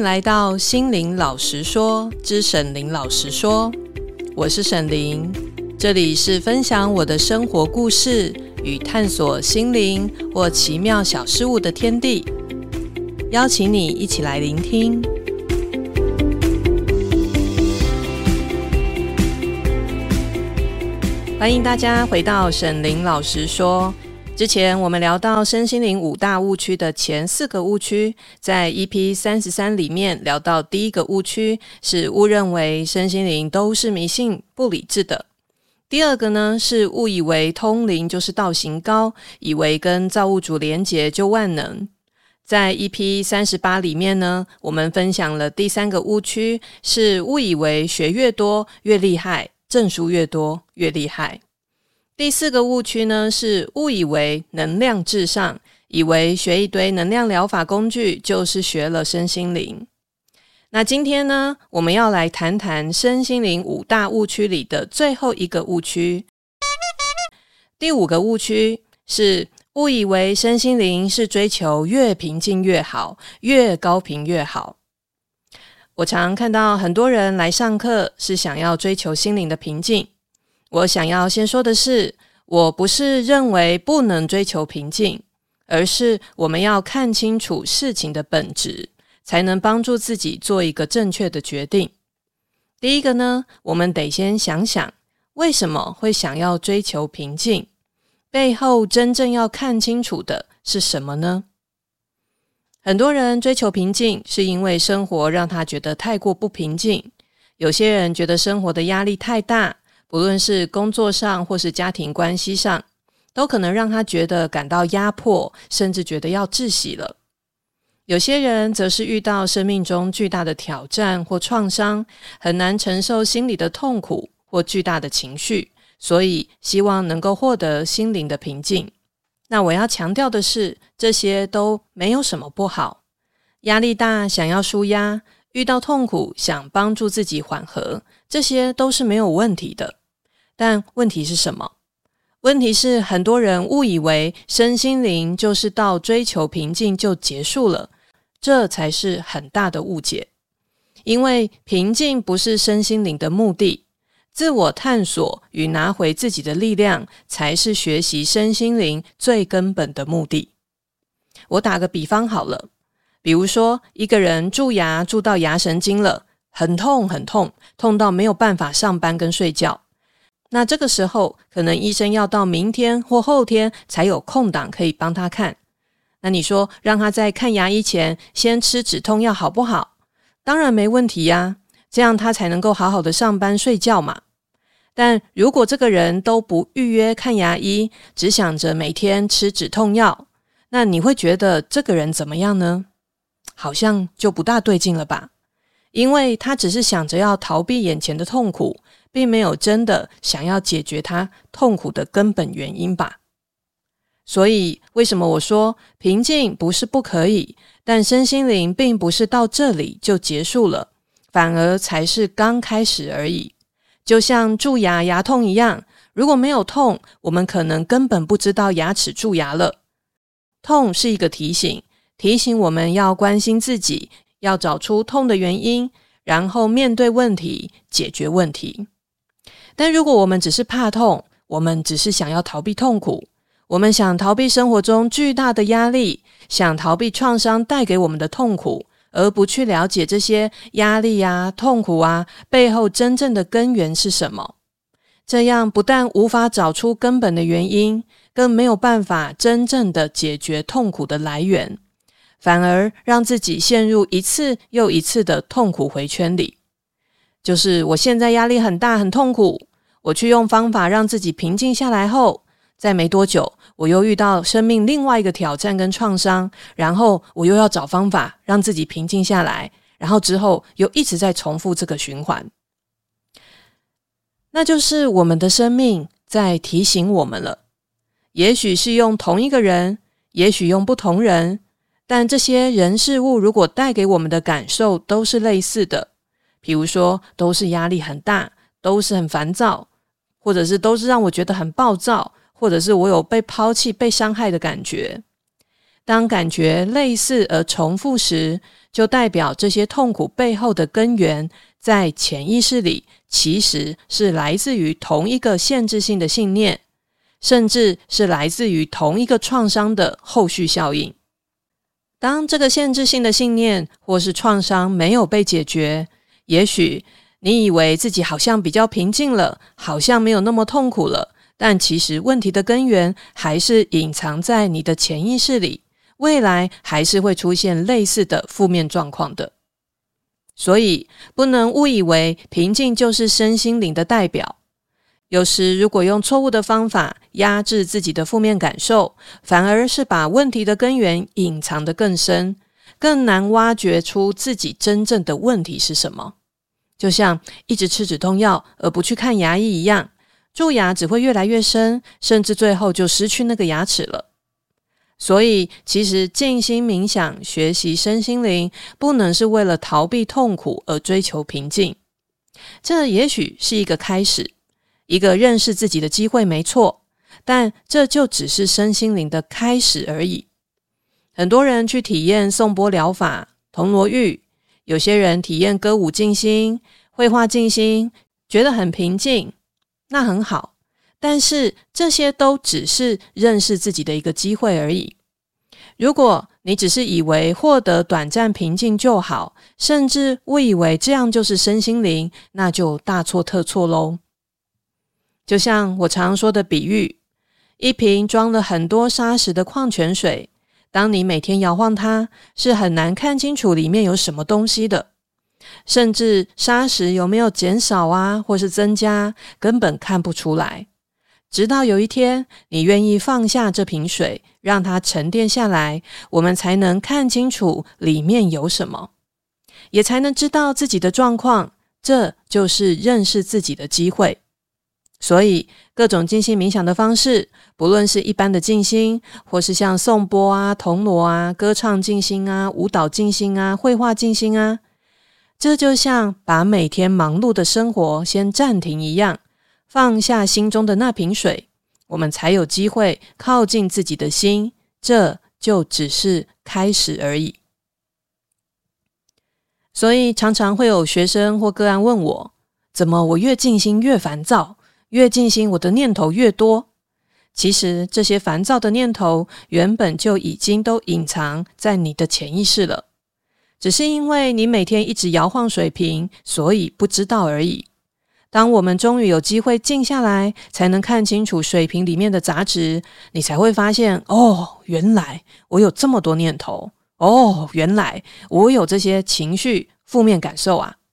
来到心灵老实说之沈伶老实说，我是沈伶，这里是分享我的生活故事与探索心灵或奇妙小事物的天地，邀请你一起来聆听。欢迎大家回到沈伶老实说。之前我们聊到身心灵5大误区的前4个误区，在 EP33 里面聊到第一个误区是误认为身心灵都是迷信不理智的。第二个呢是误以为通灵就是道行高，以为跟造物主连结就万能。在 EP38 里面呢，我们分享了第3个误区，是误以为学越多越厉害，证书越多越厉害。第4个误区呢是误以为能量至上，以为学一堆能量疗法工具就是学了身心灵。那今天呢，我们要来谈谈身心灵5大误区里的最后一个误区。第5个误区是误以为身心灵是追求越平静越好，越高频越好。我常看到很多人来上课是想要追求心灵的平静。我想要先说的是，我不是认为不能追求平静，而是我们要看清楚事情的本质，才能帮助自己做一个正确的决定。第一个呢，我们得先想想为什么会想要追求平静，背后真正要看清楚的是什么呢？很多人追求平静是因为生活让他觉得太过不平静，有些人觉得生活的压力太大，不论是工作上或是家庭关系上，都可能让他觉得感到压迫，甚至觉得要窒息了。有些人则是遇到生命中巨大的挑战或创伤，很难承受心理的痛苦或巨大的情绪，所以希望能够获得心灵的平静。那我要强调的是，这些都没有什么不好。压力大想要抒压，遇到痛苦想帮助自己缓和，这些都是没有问题的。但问题是什么？问题是很多人误以为身心灵就是到追求平静就结束了，这才是很大的误解。因为平静不是身心灵的目的，自我探索与拿回自己的力量才是学习身心灵最根本的目的。我打个比方好了，比如说一个人蛀牙蛀到牙神经了，很痛很痛，痛到没有办法上班跟睡觉。那这个时候可能医生要到明天或后天才有空档可以帮他看。那你说让他在看牙医前先吃止痛药好不好？当然没问题呀，这样他才能够好好的上班睡觉嘛。但如果这个人都不预约看牙医，只想着每天吃止痛药，那你会觉得这个人怎么样呢？好像就不大对劲了吧？因为他只是想着要逃避眼前的痛苦，并没有真的想要解决他痛苦的根本原因吧。所以为什么我说平静不是不可以，但身心灵并不是到这里就结束了，反而才是刚开始而已。就像蛀牙牙痛一样，如果没有痛，我们可能根本不知道牙齿蛀牙了。痛是一个提醒，提醒我们要关心自己，要找出痛的原因，然后面对问题，解决问题。但如果我们只是怕痛，我们只是想要逃避痛苦，我们想逃避生活中巨大的压力，想逃避创伤带给我们的痛苦，而不去了解这些压力啊、痛苦啊背后真正的根源是什么，这样不但无法找出根本的原因，更没有办法真正的解决痛苦的来源，反而让自己陷入一次又一次的痛苦回圈里。就是我现在压力很大很痛苦，我去用方法让自己平静下来后，再没多久我又遇到生命另外一个挑战跟创伤，然后我又要找方法让自己平静下来，然后之后又一直在重复这个循环。那就是我们的生命在提醒我们了，也许是用同一个人，也许用不同人，但这些人事物如果带给我们的感受都是类似的，比如说都是压力很大，都是很烦躁，或者是都是让我觉得很暴躁，或者是我有被抛弃被伤害的感觉。 当感觉类似而重复时，就代表这些痛苦背后的根源在潜意识里其实是来自于同一个限制性的信念，甚至是来自于同一个创伤的后续效应。当这个限制性的信念或是创伤没有被解决，也许你以为自己好像比较平静了，好像没有那么痛苦了，但其实问题的根源还是隐藏在你的潜意识里，未来还是会出现类似的负面状况的。所以不能误以为平静就是身心灵的代表。有时如果用错误的方法压制自己的负面感受，反而是把问题的根源隐藏得更深，更难挖掘出自己真正的问题是什么。就像一直吃止痛药而不去看牙医一样，蛀牙只会越来越深，甚至最后就失去那个牙齿了。所以其实静心冥想学习身心灵不能是为了逃避痛苦而追求平静，这也许是一个开始，一个认识自己的机会没错，但这就只是身心灵的开始而已。很多人去体验颂钵疗法、铜锣浴，有些人体验歌舞静心、绘画静心，觉得很平静，那很好，但是这些都只是认识自己的一个机会而已。如果你只是以为获得短暂平静就好，甚至误以为这样就是身心灵，那就大错特错咯。就像我常说的比喻，一瓶装了很多沙石的矿泉水，当你每天摇晃它，是很难看清楚里面有什么东西的，甚至沙石有没有减少啊，或是增加，根本看不出来。直到有一天，你愿意放下这瓶水，让它沉淀下来，我们才能看清楚里面有什么，也才能知道自己的状况，这就是认识自己的机会。所以各种静心冥想的方式，不论是一般的静心，或是像颂钵啊、铜锣啊、歌唱静心啊、舞蹈静心啊、绘画静心啊，这就像把每天忙碌的生活先暂停一样，放下心中的那瓶水，我们才有机会靠近自己的心，这就只是开始而已。所以常常会有学生或个案问我，怎么我越静心越烦躁，越静心我的念头越多？其实这些烦躁的念头原本就已经都隐藏在你的潜意识了，只是因为你每天一直摇晃水瓶，所以不知道而已。当我们终于有机会静下来，才能看清楚水瓶里面的杂质，你才会发现，哦，原来我有这么多念头，哦，原来我有这些情绪负面感受啊。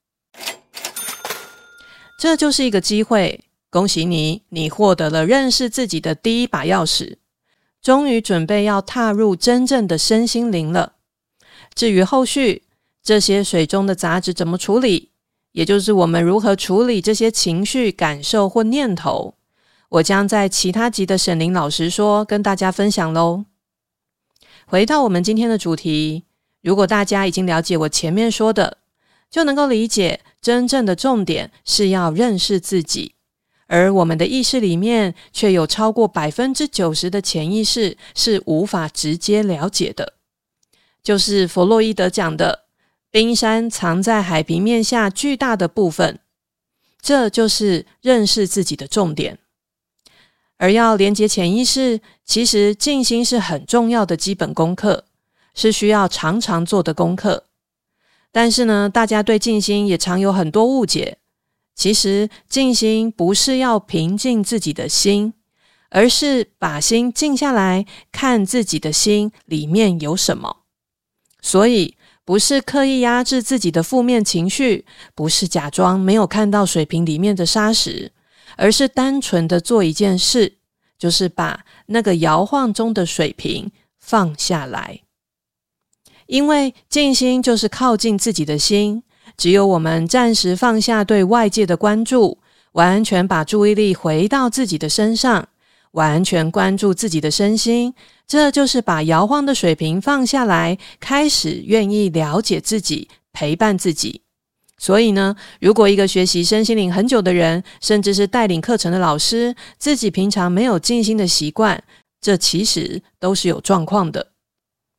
这就是一个机会，恭喜你，你获得了认识自己的第一把钥匙，终于准备要踏入真正的身心灵了。至于后续这些水中的杂质怎么处理，也就是我们如何处理这些情绪、感受或念头，我将在其他集的沈伶老师说跟大家分享咯。回到我们今天的主题，如果大家已经了解我前面说的，就能够理解真正的重点是要认识自己，而我们的意识里面却有超过 90% 的潜意识是无法直接了解的，就是弗洛伊德讲的冰山藏在海平面下巨大的部分，这就是认识自己的重点。而要连接潜意识，其实静心是很重要的基本功课，是需要常常做的功课。但是呢，大家对静心也常有很多误解。其实静心不是要平静自己的心，而是把心静下来，看自己的心里面有什么。所以不是刻意压制自己的负面情绪，不是假装没有看到水瓶里面的沙石，而是单纯的做一件事，就是把那个摇晃中的水瓶放下来。因为静心就是靠近自己的心，只有我们暂时放下对外界的关注，完全把注意力回到自己的身上，完全关注自己的身心，这就是把摇晃的水瓶放下来，开始愿意了解自己，陪伴自己。所以呢，如果一个学习身心灵很久的人，甚至是带领课程的老师，自己平常没有静心的习惯，这其实都是有状况的。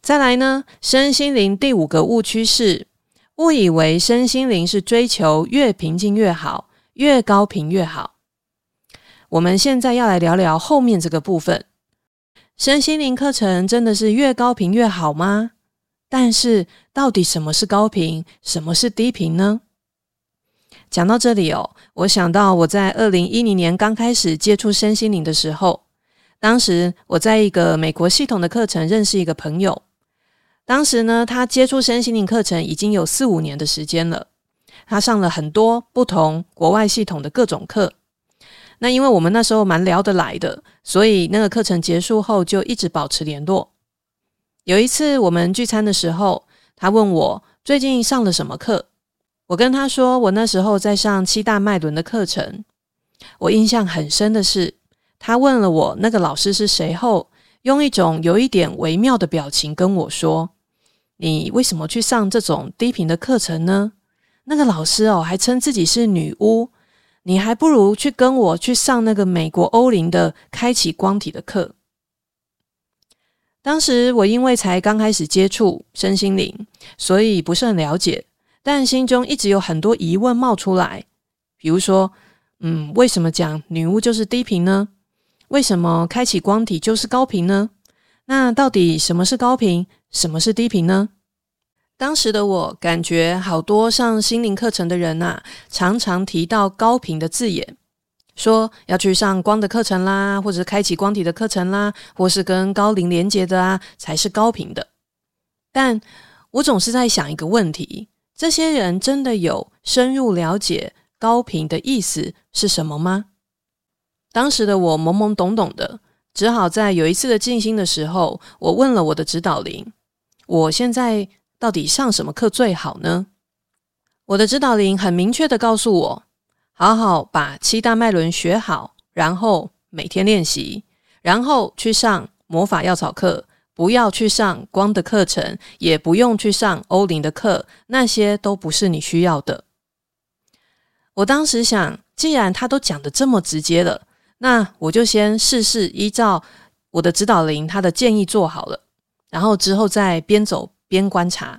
再来呢，身心灵第5个误区是误以为身心灵是追求越平静越好，越高频越好。我们现在要来聊聊后面这个部分。身心灵课程真的是越高频越好吗？但是到底什么是高频，什么是低频呢？讲到这里我想到我在2010年刚开始接触身心灵的时候，当时我在一个美国系统的课程认识一个朋友，当时呢他接触身心灵课程已经有4-5年的时间了，他上了很多不同国外系统的各种课。那因为我们那时候蛮聊得来的，所以那个课程结束后就一直保持联络。有一次我们聚餐的时候，他问我最近上了什么课，我跟他说我那时候在上7大脉轮的课程。我印象很深的是，他问了我那个老师是谁后，用一种有一点微妙的表情跟我说，你为什么去上这种低频的课程呢？那个老师还称自己是女巫，你还不如去跟我去上那个美国欧林的开启光体的课。当时我因为才刚开始接触身心灵，所以不是很了解，但心中一直有很多疑问冒出来。比如说为什么讲女巫就是低频呢？为什么开启光体就是高频呢？那到底什么是高频，什么是低频呢？当时的我感觉好多上心灵课程的人常常提到高频的字眼，说要去上光的课程啦，或者是开启光体的课程啦，或是跟高灵连结的才是高频的。但我总是在想一个问题，这些人真的有深入了解高频的意思是什么吗？当时的我懵懵懂懂的，只好在有一次的静心的时候，我问了我的指导灵，我现在到底上什么课最好呢？我的指导灵很明确的告诉我，好好把7大脉轮学好，然后每天练习，然后去上魔法药草课，不要去上光的课程，也不用去上欧灵的课，那些都不是你需要的。我当时想，既然他都讲得这么直接了，那我就先试试依照我的指导灵他的建议做好了，然后之后再边走边观察。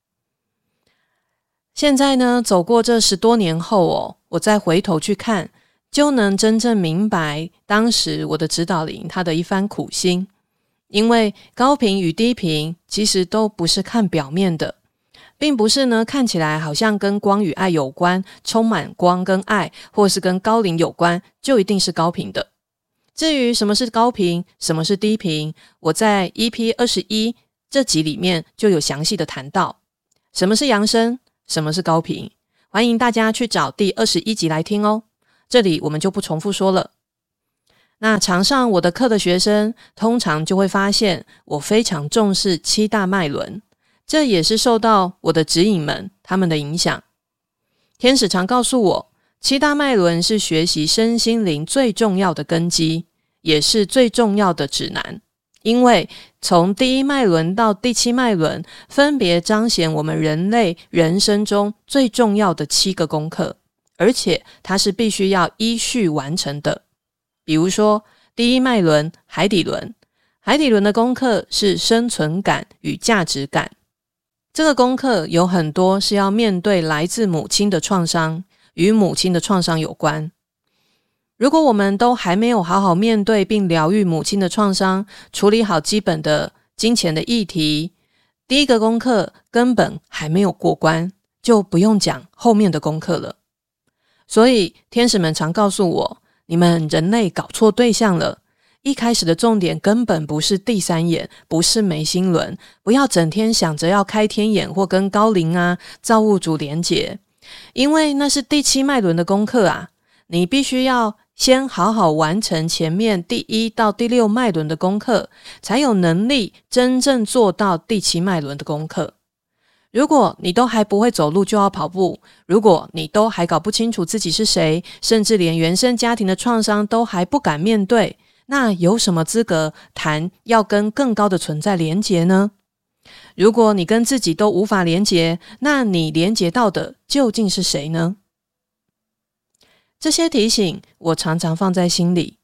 现在呢，走过这10多年后我再回头去看，就能真正明白当时我的指导灵他的一番苦心。因为高频与低频其实都不是看表面的，并不是呢看起来好像跟光与爱有关，充满光跟爱，或是跟高灵有关，就一定是高频的。至于什么是高频，什么是低频，我在 EP21 这集里面就有详细的谈到。什么是扬声，什么是高频，欢迎大家去找第21集来听哦，这里我们就不重复说了。那常上我的课的学生通常就会发现我非常重视7大脉轮，这也是受到我的指引们他们的影响。天使常告诉我，7大脉轮是学习身心灵最重要的根基，也是最重要的指南。因为从第1脉轮到第7脉轮，分别彰显我们人类人生中最重要的7个功课，而且它是必须要依序完成的。比如说第1脉轮海底轮，海底轮的功课是生存感与价值感。这个功课有很多是要面对来自母亲的创伤，与母亲的创伤有关。如果我们都还没有好好面对并疗愈母亲的创伤，处理好基本的金钱的议题，第1个功课根本还没有过关，就不用讲后面的功课了。所以天使们常告诉我，你们人类搞错对象了，一开始的重点根本不是第3眼，不是眉心轮，不要整天想着要开天眼或跟高灵造物主连结，因为那是第7脉轮的功课你必须要先好好完成前面第1到第6脉轮的功课，才有能力真正做到第7脉轮的功课。如果你都还不会走路就要跑步，如果你都还搞不清楚自己是谁，甚至连原生家庭的创伤都还不敢面对，那有什么资格谈要跟更高的存在连结呢？如果你跟自己都无法连结，那你连结到的究竟是谁呢？这些提醒我常常放在心里，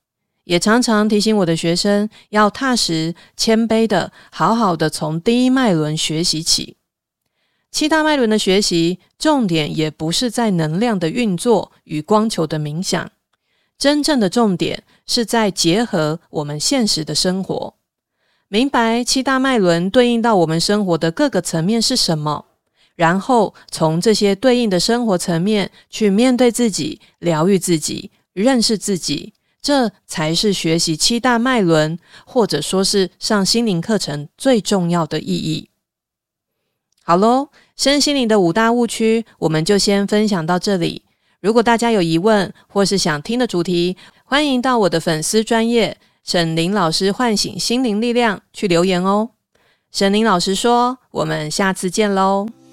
也常常提醒我的学生要踏实谦卑的好好的从第一脉轮学习起。七大脉轮的学习重点也不是在能量的运作与光球的冥想，真正的重点是在结合我们现实的生活，明白七大脉轮对应到我们生活的各个层面是什么，然后从这些对应的生活层面去面对自己，疗愈自己，认识自己，这才是学习七大脉轮或者说是上心灵课程最重要的意义。好咯，身心灵的5大误区我们就先分享到这里。如果大家有疑问或是想听的主题，欢迎到我的粉丝专页沈伶老师唤醒心灵力量去留言哦。沈伶老师说，我们下次见咯。